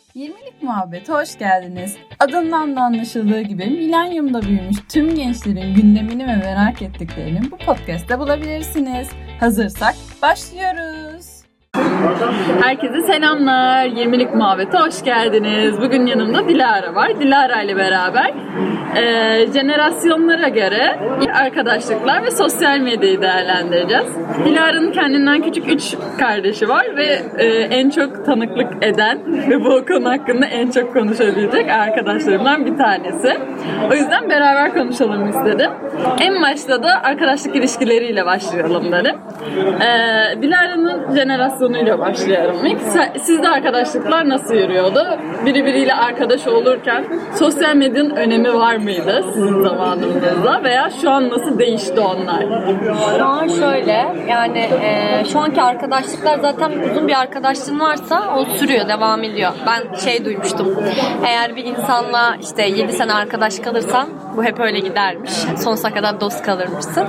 20'lik muhabbete hoş geldiniz. Adından da anlaşıldığı gibi milenyumda büyümüş tüm gençlerin gündemini ve merak ettiklerini bu podcast'te bulabilirsiniz. Hazırsak başlıyoruz. Herkese selamlar. 20'lik muhabbete hoş geldiniz. Bugün yanımda Dilara var. Dilara ile beraber jenerasyonlara göre arkadaşlıklar ve sosyal medyayı değerlendireceğiz. Dilara'nın kendinden küçük 3 kardeşi var ve en çok tanıklık eden ve bu konu hakkında en çok konuşabilecek arkadaşlarımdan bir tanesi. O yüzden beraber konuşalım istedim. En başta da arkadaşlık ilişkileriyle başlayalım dedim. Dilara'nın jenerasyonuyla başlayalım. Sizde arkadaşlıklar nasıl yürüyordu? Biriyle arkadaş olurken sosyal medyanın önemi var mıydı sizin zamanınızda veya şu an nasıl değişti onlar? Şu an şöyle, yani şu anki arkadaşlıklar zaten uzun bir arkadaşlığın varsa o sürüyor, devam ediyor. Ben duymuştum. Eğer bir insanla işte 7 sene arkadaş kalırsan bu hep öyle gidermiş. Sonsuza kadar dost kalırmışsın.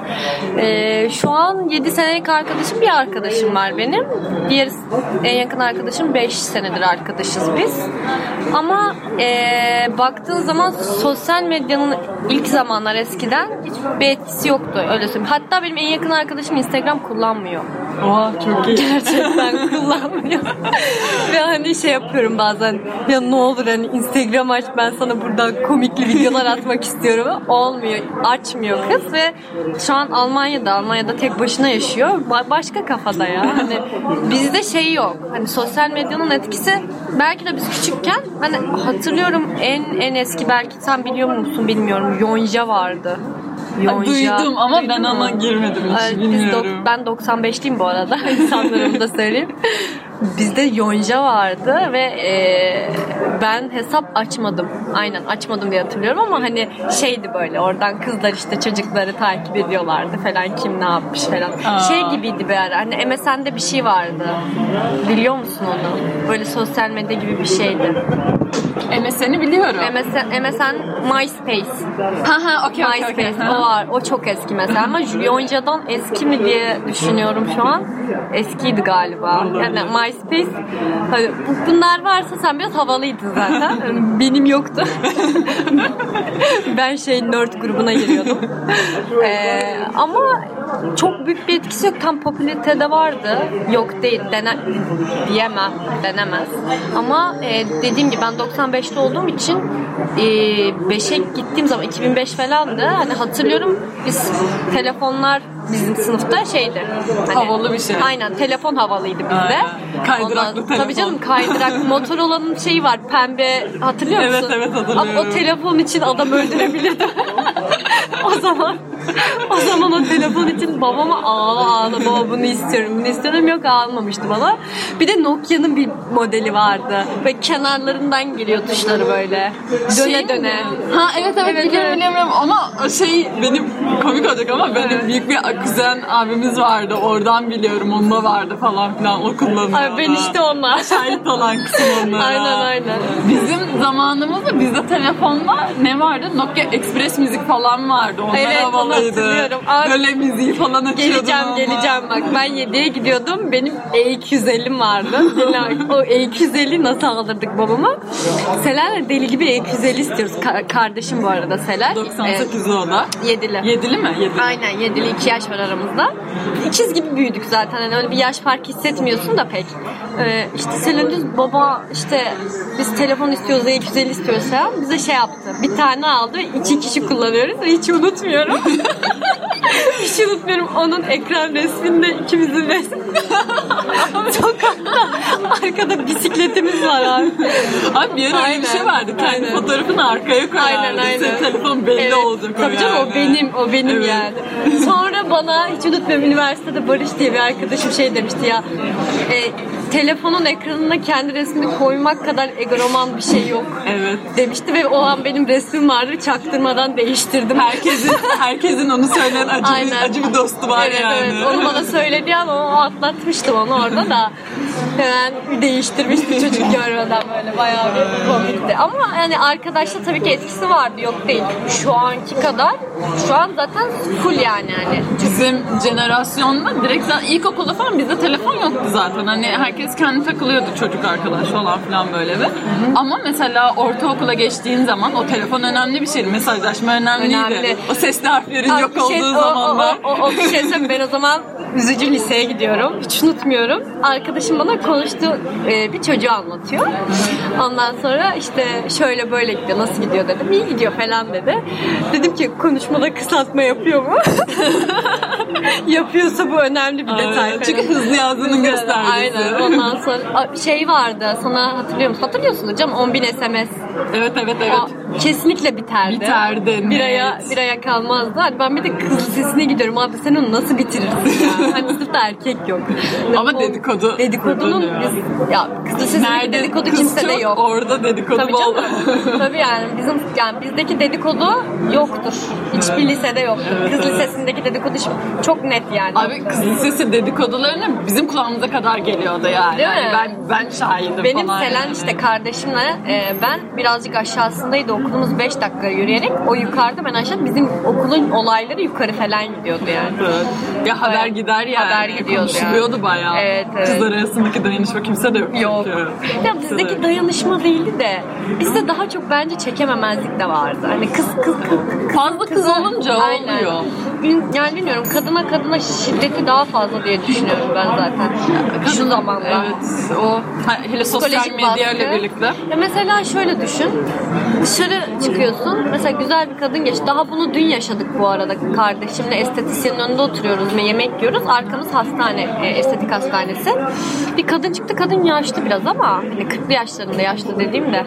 Şu an 7 senelik arkadaşım, bir arkadaşım var benim. Diğer en yakın arkadaşım 5 senedir arkadaşız biz. Ama baktığın zaman sosyal medyanın ilk zamanlar eskiden hiçbir etkisi yoktu, öyle söyleyeyim. Hatta benim en yakın arkadaşım Instagram kullanmıyor. Oha, çok iyi. Gerçekten kullanmıyor. Ve hani yapıyorum bazen, ya ne olur hani Instagram aç, ben sana buradan komikli videolar atmak istiyorum. Olmuyor, açmıyor kız ve şu an Almanya'da tek başına yaşıyor. Başka kafada ya. Hani bizde yok. Hani sosyal medyanın etkisi, belki de biz küçükken, hani hatırlıyorum en eski, belki sen biliyor musun bilmiyorum, Yonca vardı. Duydum ama ben ona girmedim hiç, bilmiyorum. Ben 95'liyim bu arada. İnsanlarımı da söyleyeyim. Bizde Yonca vardı ve ben hesap açmadım. Aynen açmadım diye hatırlıyorum ama hani böyle, oradan kızlar işte çocukları takip ediyorlardı falan, kim ne yapmış falan. Gibiydi bir ara. Hani MSN'de bir şey vardı. Biliyor musun onu? Böyle sosyal medya gibi bir şeydi. MSN'i biliyorum. MSN MySpace. Okay. MySpace. O var. O çok eski mesela ama Yonca'dan eski mi diye düşünüyorum şu an. Eskiydi galiba. Yani MySpace, hani bunlar varsa sen biraz havalıydın zaten. Benim yoktu. Ben nerd grubuna giriyordum. Ama çok büyük bir etkisi yok. Tam popülaritede vardı. Yok değil. Denemez. Ama dediğim gibi ben 95'te olduğum için 5'e gittiğim zaman 2005 falandı. Hani hatırlıyorum, biz telefonlar bizim sınıfta hani, havalı bir şey. Aynen, telefon havalıydı bizde. Kaydıraklı telefon. Tabii canım, kaydırak. Motorola'nın var, pembe, hatırlıyor musun? Evet hatırlıyorum. Ama o telefon için adam öldürebilirdi. O zaman o telefon için babama ağla baba bunu istiyorum, yok almamıştı bana. Bir de Nokia'nın bir modeli vardı ve kenarlarından geliyor tuşları böyle döne. Evet biliyorum ama benim komik olacak ama benim büyük bir kuzen abimiz vardı, oradan biliyorum, onunla vardı falan filan, o kullanıyordu. Ay, ben işte onlar. Şahit olan kısım onlara. Aynen. Bizim zamanımızda bizde telefonda ne vardı? Nokia Express müzik falan vardı. Onlar evet, havalıydı. Böyle müziği falan açıyordum. Geleceğim bak. Ben 7'ye gidiyordum. Benim E250'm vardı. O E250 nasıl alırdık babama? Selen'le deli gibi E250 istiyoruz. Kardeşim bu arada Selen. 98'li o da. 7'li. 7'li mi? 7'li. Aynen, 7'li, 2 yaş var aramızda. İkiz gibi büyüdük zaten. Yani öyle bir yaş farkı hissetmiyorsun da pek. İşte Selen diyor, baba biz telefon istiyoruz, E250 istiyoruz falan. Bize yaptı. Bir tane aldı. 2 kişi kullanıyoruz. Hiç unutmuyorum. Hiç unutmuyorum. Onun ekran resminde ikimizin resmi. Sokakta arkada bisikletimiz var abi. Abi bir ara öyle bir şey vardı. Kendi fotoğrafını arkaya koyardı. Aynen. Senin telefon belli olacak. Tabii canım, o benim evet. Yani. Sonra bana hiç unutmuyorum, üniversitede Barış diye bir arkadaşım demişti ya. Telefonun ekranına kendi resmini koymak kadar egoroman bir şey yok. Evet. Demişti ve o an benim resmim vardı. Çaktırmadan değiştirdim. Herkesin onu söyleyen acı bir dostu var yani. Evet. Onu bana söyledi ama o atlatmıştım onu orada da. Hemen değiştirmiştim çocuk görmeden böyle. bayağı bir komikti. Ama yani arkadaşta tabii ki etkisi vardı, yok değil. Şu anki kadar. Şu an zaten full yani. Bizim jenerasyonda direkt zaten ilkokulda falan bizde telefon yoktu zaten. Hani herkes kendi takılıyordu, çocuk arkadaş falan filan böyle bir. Ama mesela ortaokula geçtiğin zaman o telefon önemli bir şeydi. Mesajlaşma önemliydi. Önemli. O sesli harflerin yok olduğu zamanlar. O bir şey söyleyeyim. Ben o zaman üzücü liseye gidiyorum. Hiç unutmuyorum. Arkadaşım bana konuştuğu bir çocuğu anlatıyor. Ondan sonra işte şöyle böyle gidiyor. Nasıl gidiyor dedim. İyi gidiyor falan dedi. Dedim ki konuşmada kısaltma yapıyor mu? Yapıyorsa bu önemli bir detay. Çünkü hızlı yazdığının göstergesi. Aynen. Ondan sonra şey vardı. Sana hatırlıyor musun? Hatırlıyorsun hocam. 10.000 SMS. Evet. O kesinlikle biterdi. Biterdi. Bir aya kalmazdı. Hani ben bir de kız lisesine gidiyorum. Abi sen onu nasıl bitirirsin ya? Hani sınıfta erkek yok. Ama dedikodu. Dedikodunun ya kız lisesindeki dedikodu kimse de yok. Orada dedikodu Tabii bol. Tabii yani bizdeki dedikodu yoktur. Hiçbir lisede yoktur. Evet, kız lisesindeki dedikodu çok net yani. Abi kız lisesi dedikodularına bizim kulağımıza kadar geliyordu yani. Değil mi? Ben şahidim benim falan. Selen yani. işte kardeşimle ben birazcık aşağısındaydı, okulumuz 5 dakika yürüyerek, o yukarıda, ben aşağı, bizim okulun olayları yukarı falan gidiyordu yani. Evet. Ya haber gider yani. Haber gidiyordu konuşuluyordu yani. bayağı. Evet. Kızlar arasındaki dayanışma kimse de yok. Yok. Ya bizdeki dayanışma değildi de bizde daha çok bence çekememezlik de vardı. Hani kız fazla kız olunca aynen oluyor. Yani bilmiyorum, kadına şiddeti daha fazla diye düşünüyorum ben zaten. Şu zamanda. Evet. O hele sosyal medyayla birlikte. Ya mesela şöyle düşün. Dışarı çıkıyorsun. Mesela güzel bir kadın geç. Daha bunu dün yaşadık bu arada. Kardeşimle estetisyenin önünde oturuyoruz ve yemek yiyoruz. Arkamız hastane, estetik hastanesi. Bir kadın çıktı. Kadın yaşlı biraz ama hani 40'lı yaşlarında, yaşlı dediğim de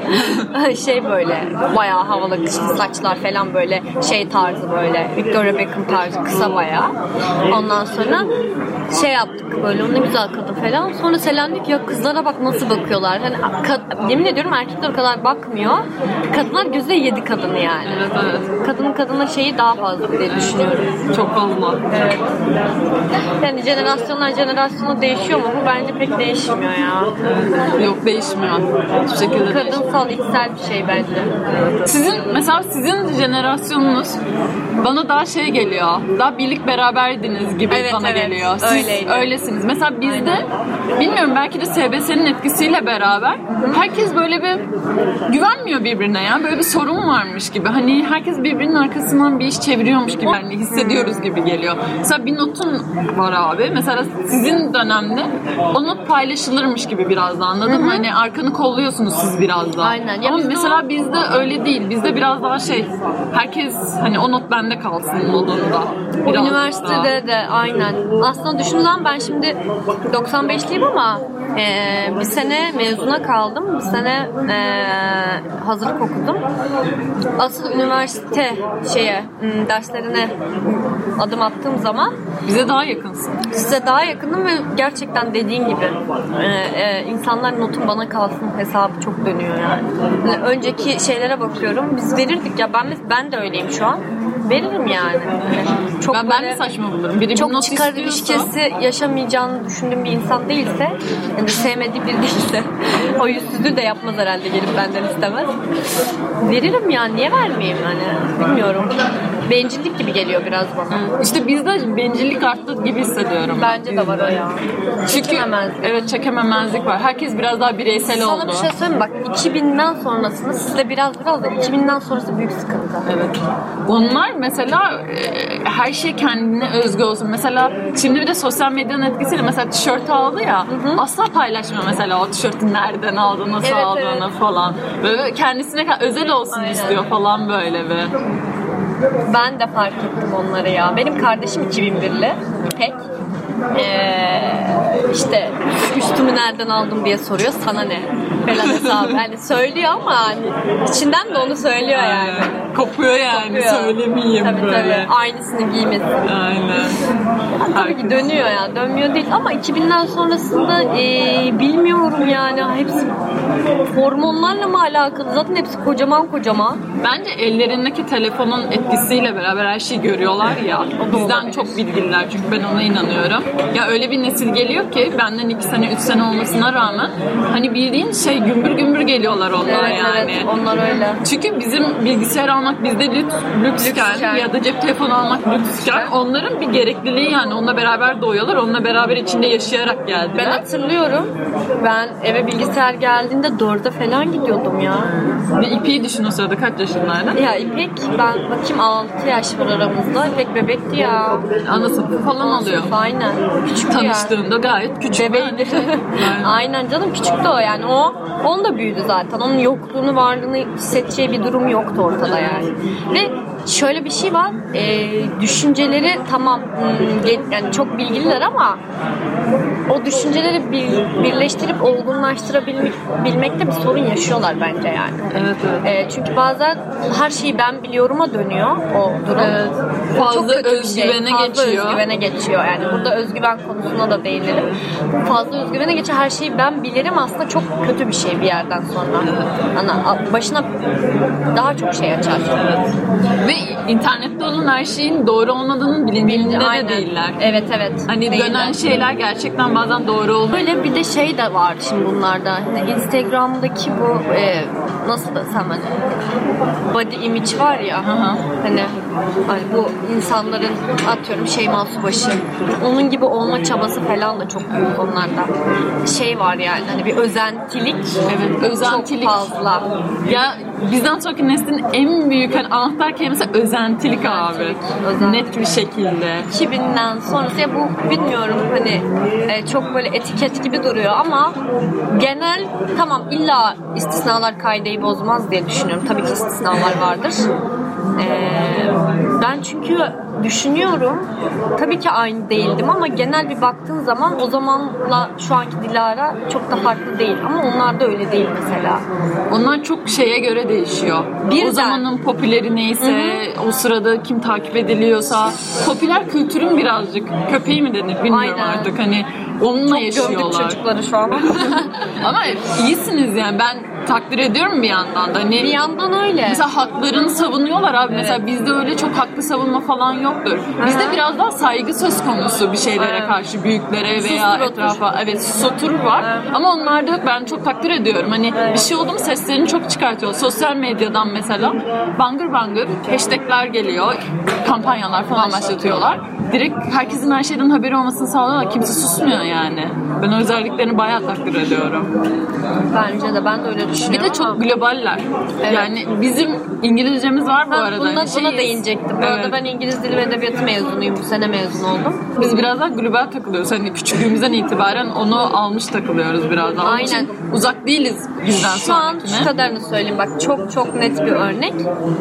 şey böyle bayağı havalı, kışlı saçlar falan, böyle şey tarzı, böyle Victoria Beckham tarzı, kısa bayağı. Ondan sonra şey yaptık böyle, o ne güzel kadın falan. Sonra Selen diyor ki ya kızlara bak nasıl bakıyorlar. Hani yemin ediyorum erkekler o kadar bakmıyor. Kadınlar gözle yedi kadını yani. Evet. Kadına şeyi daha fazla diye düşünüyorum. Çok fazla. Evet. Yani jenerasyona değişiyor mu? Bu bence pek değişmiyor ya. Yok, değişmiyor. Hiçbir şekilde kadınsal, içsel bir şey bence. Sizin jenerasyonunuz bana daha şey geliyor. Daha birlik beraberdiniz gibi bana geliyor. Siz öyleydi. Öylesiniz. Mesela bizde bilmiyorum, belki de SBS'nin etkisiyle beraber herkes böyle bir güvenmiyor birbirine ya. Böyle bir sorun varmış gibi. Hani herkes birbirinin arkasından bir iş çeviriyormuş gibi hani hissediyoruz gibi geliyor. Mesela bir notun var abi. Mesela sizin dönemde o not paylaşılırmış gibi biraz da, anladın mı? Hani arkanı kolluyorsunuz siz biraz daha. Aynen. Ya ama mesela bizde öyle değil. Bizde biraz daha herkes hani o not bende kalsın modunda. Üniversitede de aynen. Aslında düşündüğüm zaman ben şimdi 95'liyim ama bir sene mezuna kaldım. Bir sene hazırlık okudum. Asıl üniversite derslerine adım attığım zaman bize daha yakınsın. Size daha yakınım ve gerçekten dediğin gibi insanlar notun bana kalsın hesabı çok dönüyor yani. Önceki şeylere bakıyorum. Biz verirdik ya, ben de öyleyim şu an. Veririm yani. Çok ben de saçma bulurum. Biri çok not çıkar istiyorsa, ilişkisi yaşamayacağını düşündüğüm bir insan değilse, yani sevmediği biri değilse, o yüzsüzlüğü de yapmaz herhalde, gelip benden istemez. Veririm ya, niye vermeyeyim hani, bilmiyorum. Bencillik gibi geliyor biraz bana. İşte bizde bencillik arttı gibi hissediyorum. Bence de var o ya. Çünkü evet, çekememezlik var. Herkes biraz daha bireysel oldu. Sana bir şey söyleyeyim mi? Bak 2000'den sonrasında sizde biraz da 2000'den sonrası büyük sıkıntı. Evet. Onlar mesela her şey kendine özgü olsun. Mesela şimdi bir de sosyal medyanın etkisiyle mesela tişört aldı ya. Asla paylaşmıyor mesela o tişörtü nereden aldı, nasıl aldığını falan. Böyle kendisine özel olsun istiyor falan böyle bir. Ben de fark ettim onları ya. Benim kardeşim 2001'li. İpek. İşte üstümü nereden aldım diye soruyor. Sana ne? Falan hesabı. Yani söylüyor ama hani içinden de onu söylüyor yani. Kopuyor yani. Kopuyor. Söylemeyeyim tabii, böyle. Tabii. Aynısını giymesin. Aynen. Tabii ki dönüyor ya. Dönmüyor değil ama 2000'den sonrasında bilmiyorum yani. Hepsi hormonlarla mı alakalı? Zaten hepsi kocaman. Bence ellerindeki telefonun etkisiyle beraber her şeyi görüyorlar ya. Bizden çok bilgililer çünkü ben ona inanıyorum. Ya öyle bir nesil geliyor ki benden 2 sene 3 sene olmasına rağmen hani bildiğin şey gümbür gümbür geliyorlar onlar Evet, yani. evet, onlar öyle. Çünkü bizim bilgisayar almak bizde lüksken ya da cep telefonu almak lüksken onların bir gerekliliği yani. Onunla beraber doğuyorlar. Onunla beraber içinde yaşayarak geldiler. Ben hatırlıyorum. Ben eve bilgisayar geldiğinde 4'e falan gidiyordum ya. Ve İpek'i düşün o sırada kaç yaşındaydı? Ya İpek, ben bakayım 6 yaş var aramızda. İpek bebekti ya. Ana sınıfı falan alıyor. Aynen. Küçüktü Tanıştığında gayet küçük. Bebeydi. Aynen canım, küçüktü o yani. Onun da büyüdü zaten. Onun yokluğunu, varlığını hissedeceği bir durum yoktu ortada yani. Ve şöyle bir şey var. Düşünceleri tamam yani çok bilgililer ama o düşünceleri birleştirip olgunlaştırabilmekte bir sorun yaşıyorlar bence yani. Evet, evet. Çünkü bazen her şeyi ben biliyorum'a dönüyor o durum. Evet. Fazla özgüvene geçiyor. Özgüvene geçiyor yani. Burada özgüven konusuna da değinelim. Fazla özgüvene geçiyor. Her şeyi ben bilirim aslında çok kötü bir şey bir yerden sonra. Başına daha çok şey açar. Evet. Ve internette olan her şeyin doğru olmadığının bilincinde de değiller. Evet, evet. Hani değiller. Dönen şeyler gerçekten bazen doğru oluyor. Böyle bir de şey de var şimdi bunlarda. Hani Instagram'daki bu nasıl da sen hani body image var ya. Hani bu insanların atıyorum Şeyma Subaşı. Onun gibi olma çabası falan da çok büyük onlarda. Şey var yani hani bir özentilik. Evet, özentilik. Çok fazla. Ya bizden sonraki neslin en büyük hani anahtar kelimesi özentilik abi. Net bir şekilde. 2000'den sonrası ya bu bilmiyorum hani çok böyle etiket gibi duruyor ama genel tamam illa istisnalar kaideyi bozmaz diye düşünüyorum. Tabii ki istisnalar vardır. Ben çünkü düşünüyorum tabii ki aynı değildim ama genel bir baktığın zaman o zamanla şu anki Dilara çok da farklı değil ama onlar da öyle değil mesela. Onlar çok şeye göre değişiyor. O zamanın popüleri neyse, o sırada kim takip ediliyorsa, popüler kültürün birazcık köpeği mi denir bilmiyorum artık hani onunla çok yaşıyorlar. Gördük çocukları şu an. Ama iyisiniz yani ben takdir ediyorum bir yandan da. Hani bir yandan öyle. Mesela haklarını savunuyorlar abi. Evet. Mesela bizde öyle çok haklı savunma falan yoktur. Bizde biraz daha saygı söz konusu bir şeylere karşı, büyüklere veya etrafa. Evet, sotur var. Ama onlarda yok. Ben çok takdir ediyorum. Hani bir şey oldu mu seslerini çok çıkartıyor. Sosyal medyadan mesela bangır bangır hashtagler geliyor. Kampanyalar falan başlatıyorlar. Direkt herkesin her şeyden haberi olmasını sağlıyorlar. Kimse susmuyor yani. Ben o özelliklerini bayağı takdir ediyorum. Bence de ben de öyle düşünüyorum. Bir de çok globaller. Evet. Yani bizim İngilizcemiz var bu arada. Buna değinecektim. Bu arada ben İngiliz Dili ve Edebiyatı mezunuyum. Bu sene mezun oldum. Biz biraz daha global takılıyoruz. Hani küçüklüğümüzden itibaren onu almış takılıyoruz biraz daha. Aynen. Için uzak değiliz bizden sonrakine. Şu an şu kadarını söyleyeyim bak. Çok çok net bir örnek.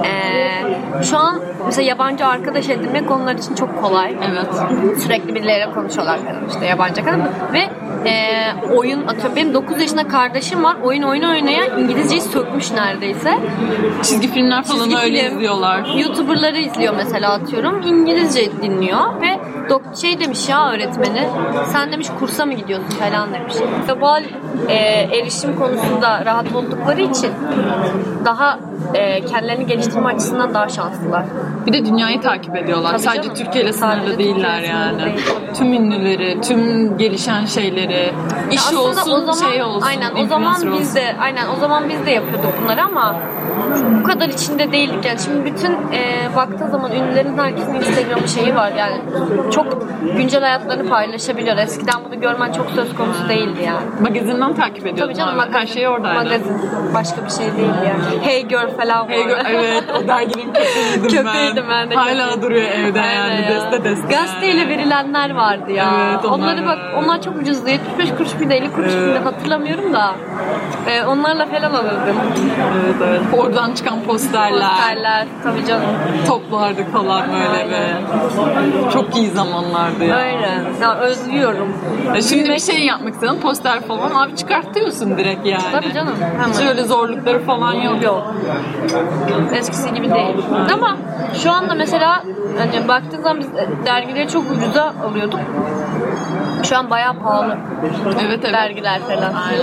Şu an mesela yabancı arkadaş edinmek onlar için çok kolay. Evet. Sürekli birileriyle konuşuyorlar işte yabancı arkadaş. Ve oyun atıyorum. Benim 9 yaşında kardeşim var. Oyun oynaya İngilizceyi sökmüş neredeyse. Çizgi filmler falan öyle izliyorlar. YouTuber'ları izliyor mesela atıyorum. İngilizce dinliyor ve şey demiş ya öğretmeni. Sen demiş kursa mı gidiyorsun falan demiş. Global erişim konusunda rahat oldukları için daha kendilerini geliştirme açısından daha şanslılar. Bir de dünyayı takip ediyorlar. Tabii sadece Türkiye ile sınırlı değiller yani. Değil. Tüm ünlüleri, tüm gelişen şeyleri, iş olsun, şey olsun. Aynen o zaman biz de yapıyorduk bunları ama bu kadar içinde değildik yani. Şimdi bütün baktığın zaman ünlülerin herkesin Instagram'ı şeyi var yani. Çok güncel hayatlarını paylaşabiliyor. Eskiden bunu görmen çok söz konusu değildi yani. Magazinden takip ediyordum. Tabii canım, her şey oradaydı. Magazin. Başka bir şey değildi yani. Hey Girl falan var. Evet, o derginin köpeğiydim ben de. Hala duruyor evde yani deste. Gazeteyle verilenler vardı ya. Evet, onları bak, onlar çok ucuzdu. 75 kuruş bir de 50 kuruş bir de hatırlamıyorum da. Onlarla falan alırdım. Evet. Oradan çıkan posterler. Tabii canım. Toplardık falan böyle ve çok iyi zamanlardı ya. Öyle. Ya özlüyorum. Şimdi bir şey yapmak istedim. Poster falan abi çıkartıyorsun direkt yani. Tabii canım. Hiç öyle zorlukları falan yok. Eskisi gibi değil. Ama şu anda mesela hani baktığın zaman biz dergileri çok ucuza alıyorduk. Şu an bayağı pahalı. Evet. Dergiler falan. Aynen.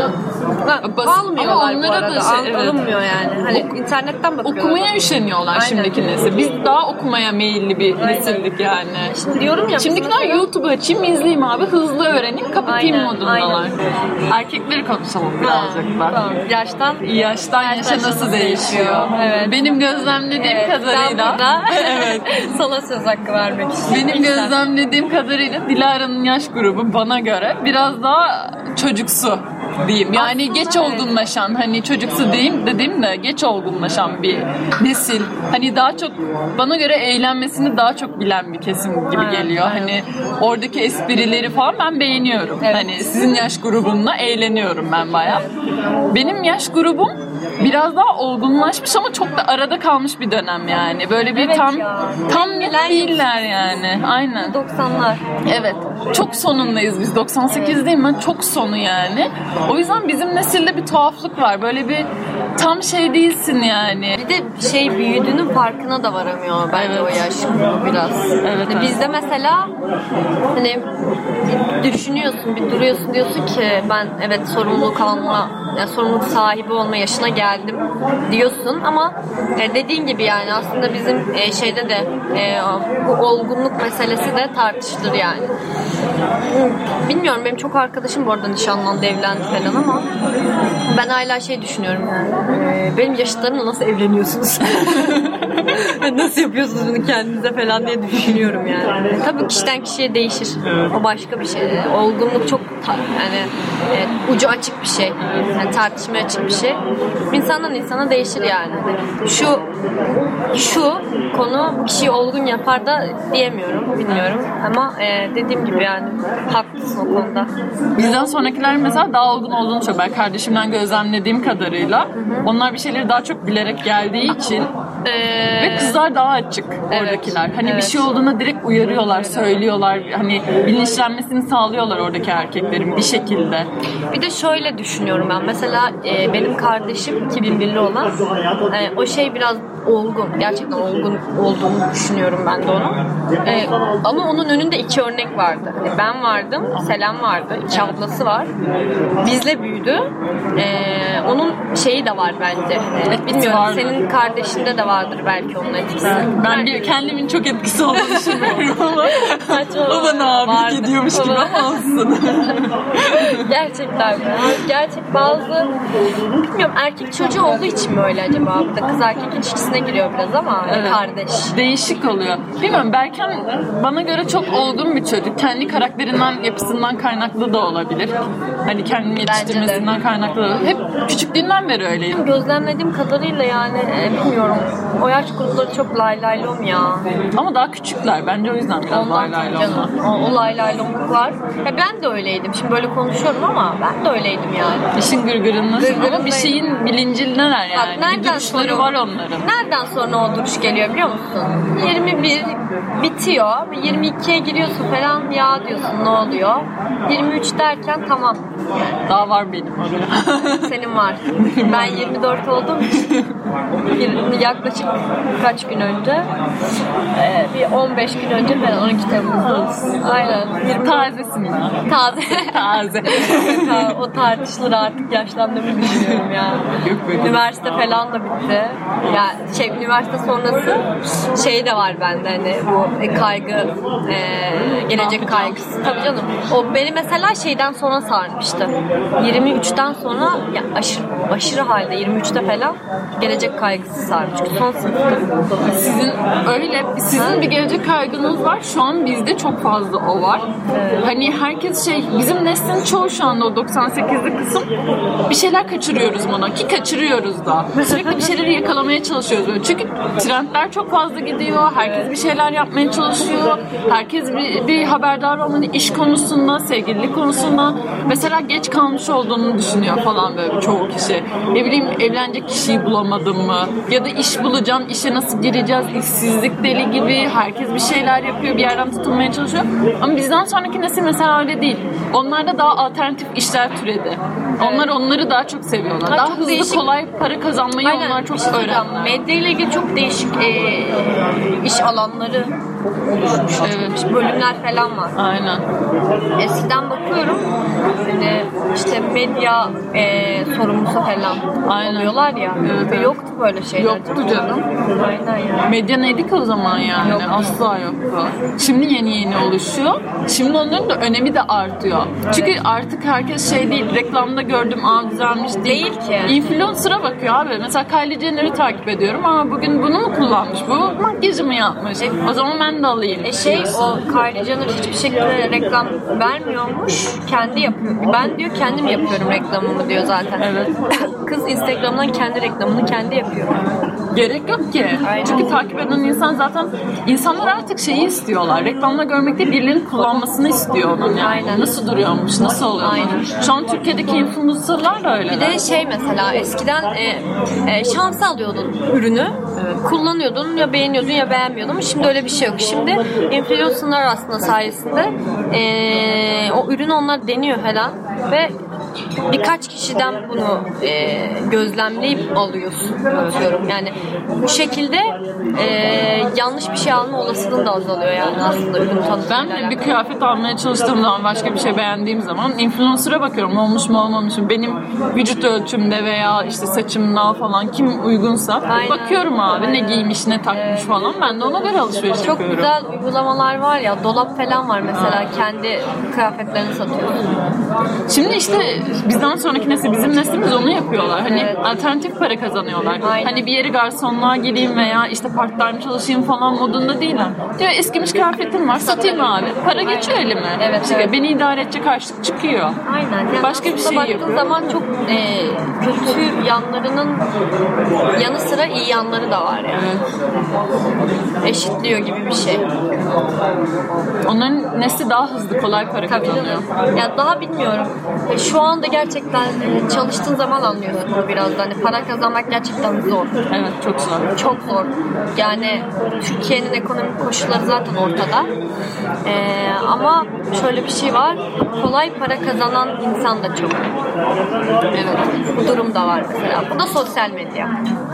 Almıyorlar ama bu onlara arada. da evet. Alınmıyor yani. Hani internetten bakıyorlar. Okumaya üşeniyorlar Aynen. şimdiki nesil. Biz daha okumaya meyilli bir nesildik yani. Şimdi diyorum ya. Şimdikiler mesela... YouTube'u açayım izleyeyim abi. Hızlı öğreneyim kapatayım modundalar. Aynen. Erkekleri konuşalım birazcık da. Tamam. Yaştan yaşa nasıl değişiyor? Evet. Benim gözlemlediğim kadarıyla evet. Sana söz hakkı vermek istiyorum. benim gözlemlediğim kadarıyla Dilara'nın yaş grubu bana göre biraz daha çocuksu diyeyim. Yani aslında geç olgunlaşan, hani çocuksu diyeyim dediğim de geç olgunlaşan bir nesil. Hani daha çok bana göre eğlenmesini daha çok bilen bir kesim gibi geliyor. Hani oradaki esprileri falan ben beğeniyorum. Evet. Hani sizin yaş grubunla eğleniyorum ben bayağı. Benim yaş grubum biraz daha olgunlaşmış ama çok da arada kalmış bir dönem yani. Böyle bir tam net değiller yani. Aynen. 90'lar. Evet. Çok sonundayız biz. 98'deyim ben. Çok sonu yani. O yüzden bizim nesilde bir tuhaflık var. Böyle bir tam şey değilsin yani. Bir de büyüdüğünün farkına da varamıyor bence o yaş grubu biraz. Evet. Bizde mesela hani düşünüyorsun, bir duruyorsun, diyorsun ki ben evet sorumluluk sahibi olma yaşına geldim diyorsun ama dediğin gibi yani aslında bizim şeyde de bu olgunluk meselesi de tartışılır yani. Bilmiyorum, benim çok arkadaşım bu arada nişanlandı, evlendi falan ama ben hala düşünüyorum yani. Benim yaşıtlarımla nasıl evleniyorsunuz? Nasıl yapıyorsunuz bunu kendinize falan diye düşünüyorum yani. Tabii kişiden kişiye değişir. O başka bir şey. Olgunluk çok ucu açık bir şey. Yani tartışmaya açık bir şey. İnsandan insana değişir yani. Şu konu bu kişiyi olgun yapar da diyemiyorum. Bilmiyorum. Ama dediğim gibi yani haklısın o konuda. Bizden sonrakiler mesela daha olgun olduğunu söylüyor. Ben kardeşimden gözlemlediğim kadarıyla onlar bir şeyleri daha çok bilerek geldiği için ve kızlar daha açık oradakiler. Hani bir şey olduğuna direkt uyarıyorlar, söylüyorlar. Hani bilinçlenmesini sağlıyorlar oradaki erkeklerin bir şekilde. Bir de şöyle düşünüyorum ben. Mesela benim kardeşim 2001'li olan o biraz olgun. Gerçekten olgun olduğunu düşünüyorum ben de onun. Ama onun önünde 2 örnek vardı. Hani ben vardım, Selam vardı. 2 ablası var. Bizle büyüdü. Onun şeyi de var bence. Bilmiyorum. Vardı. Senin kardeşinde de vardır belki onun etkisi. Ben kendimin çok etkisi olduğunu düşünmüyorum ama o bana abilik ediyormuş gibi ama olsun. Gerçekten. Gerçek bazı bilmiyorum, erkek çocuğu olduğu için mi öyle acaba? Burada kız erkek ilişkisine giriyor biraz ama kardeş. Değişik oluyor. Bilmiyorum, Berken bana göre çok olgun bir çocuk. Kendi karakterinden, yapısından kaynaklı da olabilir. Hani kendini yetiştirmesinden kaynaklı da olabilir. Hep küçüklüğünden beri öyleydi. Gözlemlediğim kadarıyla yani bilmiyorum. O yaş grupları çok laylaylom ya. Ama daha küçükler. Bence o yüzden biraz laylaylomlar. O laylaylomluk var. Ben de öyleydim. Şimdi böyle konuşuyorum ama ben de öyleydim yani. İşin gırgırında. Ama bir şeyin bilincindeler yani. Bak, bir duruşları var onların. Nereden sonra o duruş geliyor biliyor musun? 21 bitiyor. 22'ye giriyorsun falan, ya diyorsun ne oluyor? 23 derken tamam. Daha var benim oraya. Senin var. Ben 24 oldum. Yaklaşık kaç gün önce? Bir 15 gün önce ben 12 Temmuz'da. Aynen. Tazesin ya. Taze. O tartışılır, artık yaşlandığımı düşünüyorum ya. Üniversite falan da bitti. Ya üniversite sonrası de var bende, hani bu kaygı, gelecek kaygısı. Tabii canım. O beni mesela şeyden sonra sarmıştı. 23'ten sonra ya aşırı halde 23'te falan gelecek kaygısı sarmış. Çünkü son sınıftım. Sizin bir gelecek kaygınız var. Şu an bizde çok fazla o var. Hani herkes bizim neslin çoğu şu anda o 98'li kısım bir şeyler kaçırıyoruz buna ki kaçırıyoruz da. Sürekli bir şeyleri yakalamaya çalışıyoruz böyle. Çünkü trendler çok fazla gidiyor. Herkes bir şeyler yapmaya çalışıyor. Herkes bir haberdar olmalı, iş konusunda, sevgililik konusunda. Mesela geç kalmış olduğunu düşünüyor falan böyle çoğu kişi. Ne bileyim, evlenecek kişiyi bulamadım mı? Ya da iş bulacağım, işe nasıl gireceğiz? İşsizlik deli gibi. Herkes bir şeyler yapıyor, bir yerden tutunmaya çalışıyor. Ama bizden sonraki nesil mesela öyle değil. Onlarda daha alternatif işler türedi. Onlar onları daha çok seviyorlar. Daha çok hızlı, değişik, kolay para kazanmayı onlar çok öğrendiler. Medya ile ilgili çok değişik iş alanları oluşmuş. Evet. Bölümler falan var. Aynen. Eskiden bakıyorum işte medya sorumlusu falan Aynen. oluyorlar ya. Evet. Yoktu böyle şeyler. Yoktu canım. Aynen ya. Medya neydi ki o zaman yani? Yoktu. Asla yoktu. Şimdi yeni oluşuyor. Şimdi onların da önemi de artıyor. Evet. Çünkü artık herkes şey değil, reklamda gördüm, güzelmiş değil ki. Influencer'a bakıyor abi. Mesela Kylie Jenner'ı takip ediyorum ama bugün bunu mu kullanmış? Bu makyajı mı yapmış? O zaman ben de alayım. O Kylie Jenner hiçbir şekilde reklam vermiyormuş. Kendi yapıyor. Ben diyor kendim yapıyorum reklamımı diyor zaten. Evet. Kız Instagram'dan kendi reklamını kendi yapıyor. Gerek yok ki. Aynen. Çünkü takip eden insan zaten insanlar artık şeyi istiyorlar. Reklamda görmekte birilerinin kullanmasını istiyor onun yani. Aynen. Nasıl duruyormuş, nasıl oluyormuş. Aynen. Şu an Türkiye'deki influencerlar da öyle. Bir de mesela eskiden şansa alıyordun ürünü. Evet. Kullanıyordun ya beğeniyordun ya beğenmiyordun. Şimdi öyle bir şey yok. Şimdi influencerlar aslında sayesinde o ürünü onlar deniyor falan ve birkaç kişiden bunu gözlemleyip alıyorsun atıyorum. Yani bu şekilde yanlış bir şey alma olasılığın da azalıyor yani aslında ürün tanıtımıyla. Ben bir kıyafet almaya çalıştığım zaman, başka bir şey beğendiğim zaman influencer'a bakıyorum. Olmuş mu olmamış mı? Benim vücut ölçümde veya işte saçımla falan kim uygunsa bakıyorum abi ne giymiş ne takmış falan. Ben de ona göre alışveriş çok yapıyorum. Çok güzel uygulamalar var ya. Dolap falan var mesela. Kendi kıyafetlerini satıyorsun. Şimdi işte bizden sonraki nesil, bizim neslimiz onu yapıyorlar. Hani alternatif para kazanıyorlar. Aynen. Hani bir yere garsonluğa gireyim veya işte part time çalışayım falan modunda değiller. Diyor eskimiş kıyafetim var satayım abi. Para geçiyor elime. Evet, işte beni idare edecek harçlık çıkıyor. Aynen. Yani başka bir şey baktığın yapıyor. zaman çok kötü yanlarının yanı sıra iyi yanları da var yani. Evet. Eşitliyor gibi bir şey. Onların nesli daha hızlı, kolay para kazanıyor. Ya daha bilmiyorum. Şu anda gerçekten çalıştığın zaman anlıyorsun bunu biraz da. Hani para kazanmak gerçekten zor. Evet, çok zor. Çok zor. Yani Türkiye'nin ekonomik koşulları zaten ortada. Ama şöyle bir şey var. Kolay para kazanan insan da çok. Evet. Bu durum da var mesela. Bu da sosyal medya.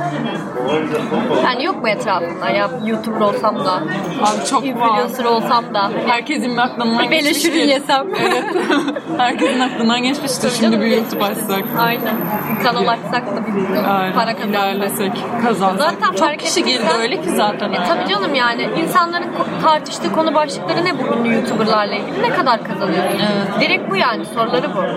Yani yok mu etrafında ya YouTuber olsam da, abi çok influencer olsam da, herkesin aklından böyle şunu yesem. Evet. Herkesin aklından geçmiştir. Şimdi bir YouTube açsak. Aynen. Kanal açsak da para kazansak. İlerlesek, kazansak. Zaten çok kişi girdi öyle ki zaten. Tabii canım yani. İnsanların tartıştığı konu başlıkları ne bu ünlü YouTuber'larla ilgili? Ne kadar kazanıyorsun? Evet. Direkt bu yani. Soruları bu.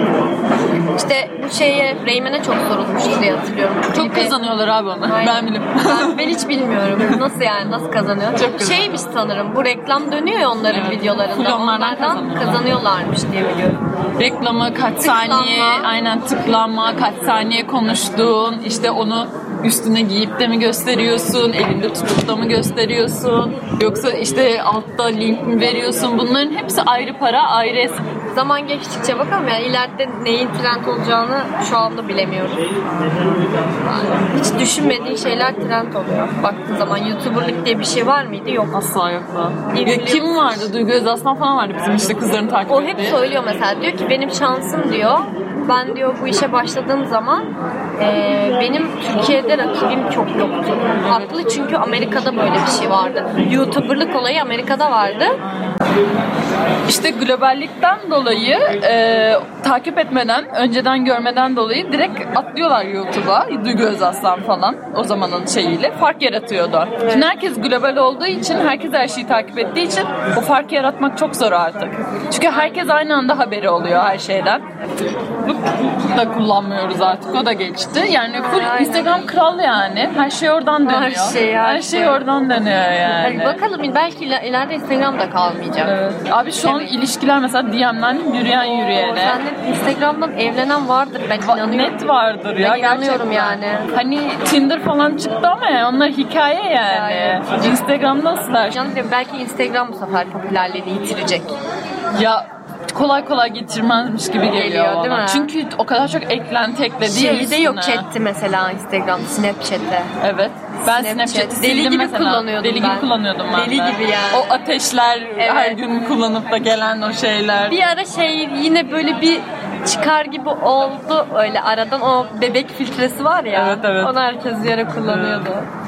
İşte bu Reymen'e çok sorulmuştu diye hatırlıyorum. Çok kazanıyorlar abi onu. Aynen. Ben bilirim. Ben hiç bilmiyorum. Nasıl yani? Nasıl kazanıyor? Şeymiş sanırım. Bu reklam dönüyor ya onların videolarında. Onlardan kazanıyorlarmış diye biliyorum. Reklamı kaç saniye, aynen tıklanma, kaç saniye konuştuğun, işte onu üstüne giyip de mi gösteriyorsun, elinde tutup da mı gösteriyorsun, yoksa işte altta link mi veriyorsun, bunların hepsi ayrı para, ayrı hesap. Zaman geçtikçe bakalım yani ileride neyin trend olacağını şu anda bilemiyoruz. Yani hiç düşünmediğin şeyler trend oluyor. Baktığın zaman YouTuber'lık diye bir şey var mıydı? Yok. Asla yok da. Ya kim vardı? Duygu Özaslan falan vardı bizim işte kızların takip ettiği. O hep söylüyor mesela. Diyor ki benim şansım diyor. Ben diyor bu işe başladığım zaman benim Türkiye'de rakibim çok yoktu. Haklı çünkü Amerika'da böyle bir şey vardı. YouTuber'lık olayı Amerika'da vardı. İşte globallikten dolayı takip etmeden, önceden görmeden dolayı direkt atlıyorlar YouTube'a. Duygu Özaslan falan o zamanın şeyiyle fark yaratıyordu. Şimdi herkes global olduğu için, herkes her şeyi takip ettiği için o farkı yaratmak çok zor artık. Çünkü herkes aynı anda haberi oluyor her şeyden. Da kullanmıyoruz artık. O da geçti. Yani full Instagram kral yani. Her şey oradan dönüyor. Her şey oradan dönüyor yani. Bakalım belki ileride Instagram da kalmayacak. Evet. Abi şu an ilişkiler mesela DM'den yürüyene. Sen Instagram'dan evlenen vardır ben inanıyorum. Net vardır ya. Ben inanıyorum yani. Hani Tinder falan çıktı ama ya onlar hikaye yani. Instagram'da aslar. Belki Instagram bu sefer popülerliğini yitirecek. Ya kolay kolay getirmezmiş gibi geliyor değil mi? Çünkü o kadar çok eklenti ekledi. Şeyi de yok etti mesela Instagram, Snapchat'te. Evet. Ben Snapchat'i deli gibi mesela. kullanıyordum Deli gibi kullanıyordum ben Deli gibi yani. O ateşler, her gün kullanıp da gelen o şeyler. Bir ara yine böyle bir çıkar gibi oldu öyle aradan o bebek filtresi var ya. Evet. Onu herkes bir ara kullanıyordu.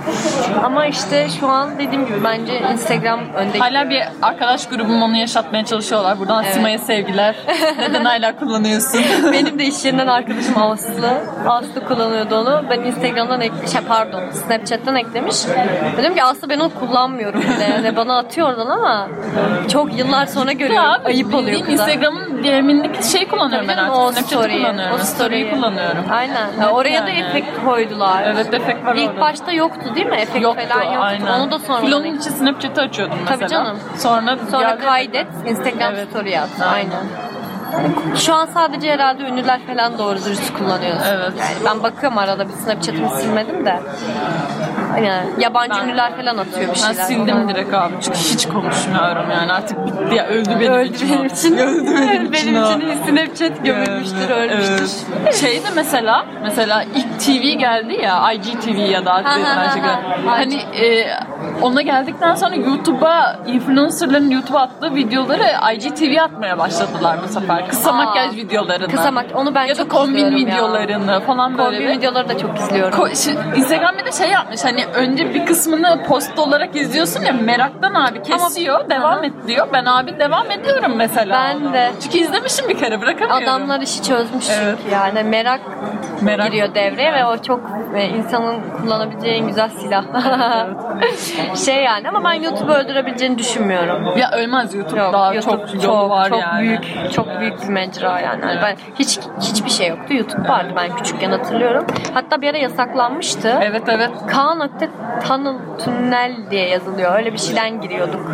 Ama işte şu an dediğim gibi bence Instagram önde. Hala bir arkadaş grubum onu yaşatmaya çalışıyorlar. Buradan Sima'ya sevgiler. Neden hala kullanıyorsun? Benim de iş yerinden arkadaşım Aslı kullanıyordu onu. Ben Instagram'dan Snapchat'ten eklemiş. Dedim ki Aslı ben onu kullanmıyorum bile. Yani bana atıyor oradan ama çok yıllar sonra görüyorum. Ya, ayıp oluyor kıza. Instagram'ın DM'indeki şey kullanıyorum ben artık. O Snapchat'ı kullanıyorum. O story'yi kullanıyorum. Aynen. Ya, oraya da efekt koydular. Evet, efekt var İlk orada. başta yoktu değil mi? Efekt falan yoktu. Aynen. Onu da sonra Filonun için Snapchat'ı açıyordum mesela. Tabii canım. Sonra kaydet, Instagram story at. Aynen. Şu an sadece herhalde ünlüler falan doğru dürüst kullanıyoruz. Evet. Yani ben bakıyorum arada bir Snapchat'ımı silmedim de. Yani yabancı ünlüler falan atıyor bir şeyler. Ben sildim direkt abi çünkü hiç konuşmuyorum yani artık bitti ya öldü benim için. Öldü benim için o. Snapchat gömülmüştür, ölmüştür. Evet. Şeyde mesela ilk TV geldi ya IGTV ya da hani ona geldikten sonra YouTube'a influencerların YouTube'a attığı videoları IGTV atmaya başladılar bu sefer. Kısa makyaj videolarını. Onu ben ya çok da kombin izliyorum videolarını ya. falan böyle. Kombin videoları da çok izliyorum. Instagram bir de şey yapmış hani önce bir kısmını post olarak izliyorsun ya meraktan abi kesiyor ama, devam et diyor. Ben abi devam ediyorum mesela. Ben de. Çünkü izlemişim bir kere bırakamıyorum. Adamlar işi çözmüş çünkü yani merak giriyor devreye ve o çok insanın kullanabileceği en güzel silah. Şey yani ama ben YouTube'u öldürebileceğini düşünmüyorum. Ya ölmez YouTube Yok, daha YouTube çok yolu var çok yani. Çok büyük bir mecra yani. Ben hiçbir şey yoktu. YouTube vardı ben küçükken hatırlıyorum. Hatta bir ara yasaklanmıştı. Evet. Tunnel tünel diye yazılıyor. Öyle bir şeyden giriyorduk.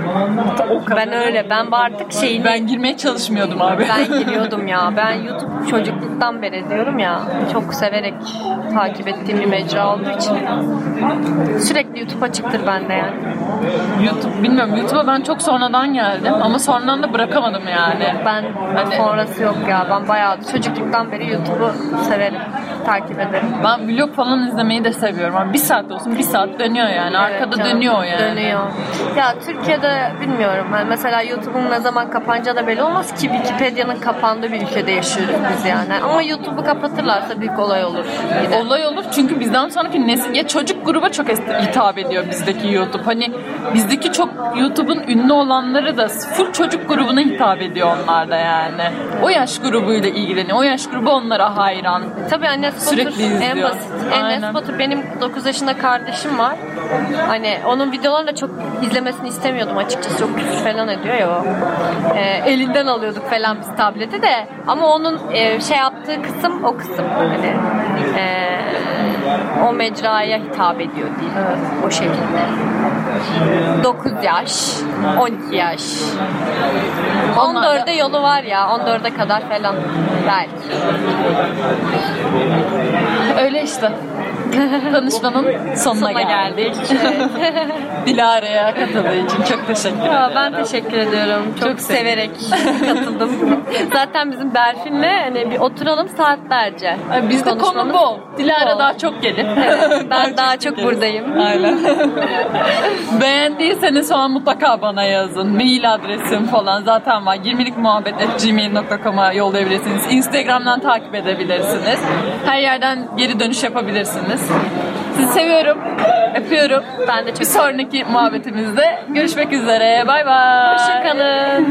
Ben artık ben girmeye çalışmıyordum abi. Ben giriyordum ya. Ben YouTube çocukluktan beri diyorum ya. Çok severek takip ettiğim bir mecra olduğu için sürekli YouTube açıktır bende yani. Bilmiyorum YouTube'a ben çok sonradan geldim ama sonradan da bırakamadım yani. Ben sonrası yok ya. Ben bayağı çocukluktan beri YouTube'u severim. Takip ederim. Ben vlog falan izlemeyi de seviyorum. Yani bir saat olsun bir saat dönüyor yani. Evet, arkada dönüyor yani. Dönüyor. Ya Türkiye'de bilmiyorum. Yani mesela YouTube'un ne zaman kapanacağı da belli olmaz ki Wikipedia'nın kapandığı bir ülkede yaşıyoruz biz yani. Ama YouTube'u kapatırlarsa büyük olay olur. Yine. Olay olur çünkü bizden sonraki nesil ya çocuk gruba çok hitap ediyor bizdeki YouTube. Hani bizdeki çok YouTube'un ünlü olanları da full çocuk grubuna hitap ediyor onlar da yani. O yaş grubuyla ilgileniyor. O yaş grubu onlara hayran. Tabii Enes Sürekli izliyor. en basit. Enes Batur benim 9 yaşında kardeşim var. Hani onun videolarını da çok izlemesini istemiyordum açıkçası. Çok küfür falan ediyor ya o. Elinden alıyorduk falan biz tableti de. Ama onun şey yaptığı kısım o kısım. Hani o mecraya hitap ediyor diyeyim. Evet. O şekilde. 9 yaş, 12 yaş. 14'e yolu var ya. 14'e kadar falan. Belki. Öyle işte. Tanışmanın sonuna geldik. Dilara'ya katıldığı için çok teşekkür ederim. Ben teşekkür ediyorum. Çok severek katıldım. Zaten bizim Berfin'le hani bir oturalım saatlerce. Bizde konu bol. Dilara daha çok gelir. Evet, ben daha çok buradayım. Aynen. Beğendiyseniz falan mutlaka bana yazın. Mail adresim falan zaten var. 20'likmuhabbet@gmail.com'a yollayabilirsiniz. Instagram'dan takip edebilirsiniz. Her yerden geri dönüş yapabilirsiniz. Sizi seviyorum. Öpüyorum. Ben de çok Bir sonraki muhabbetimizde görüşmek üzere. Bay bay. Hoşçakalın.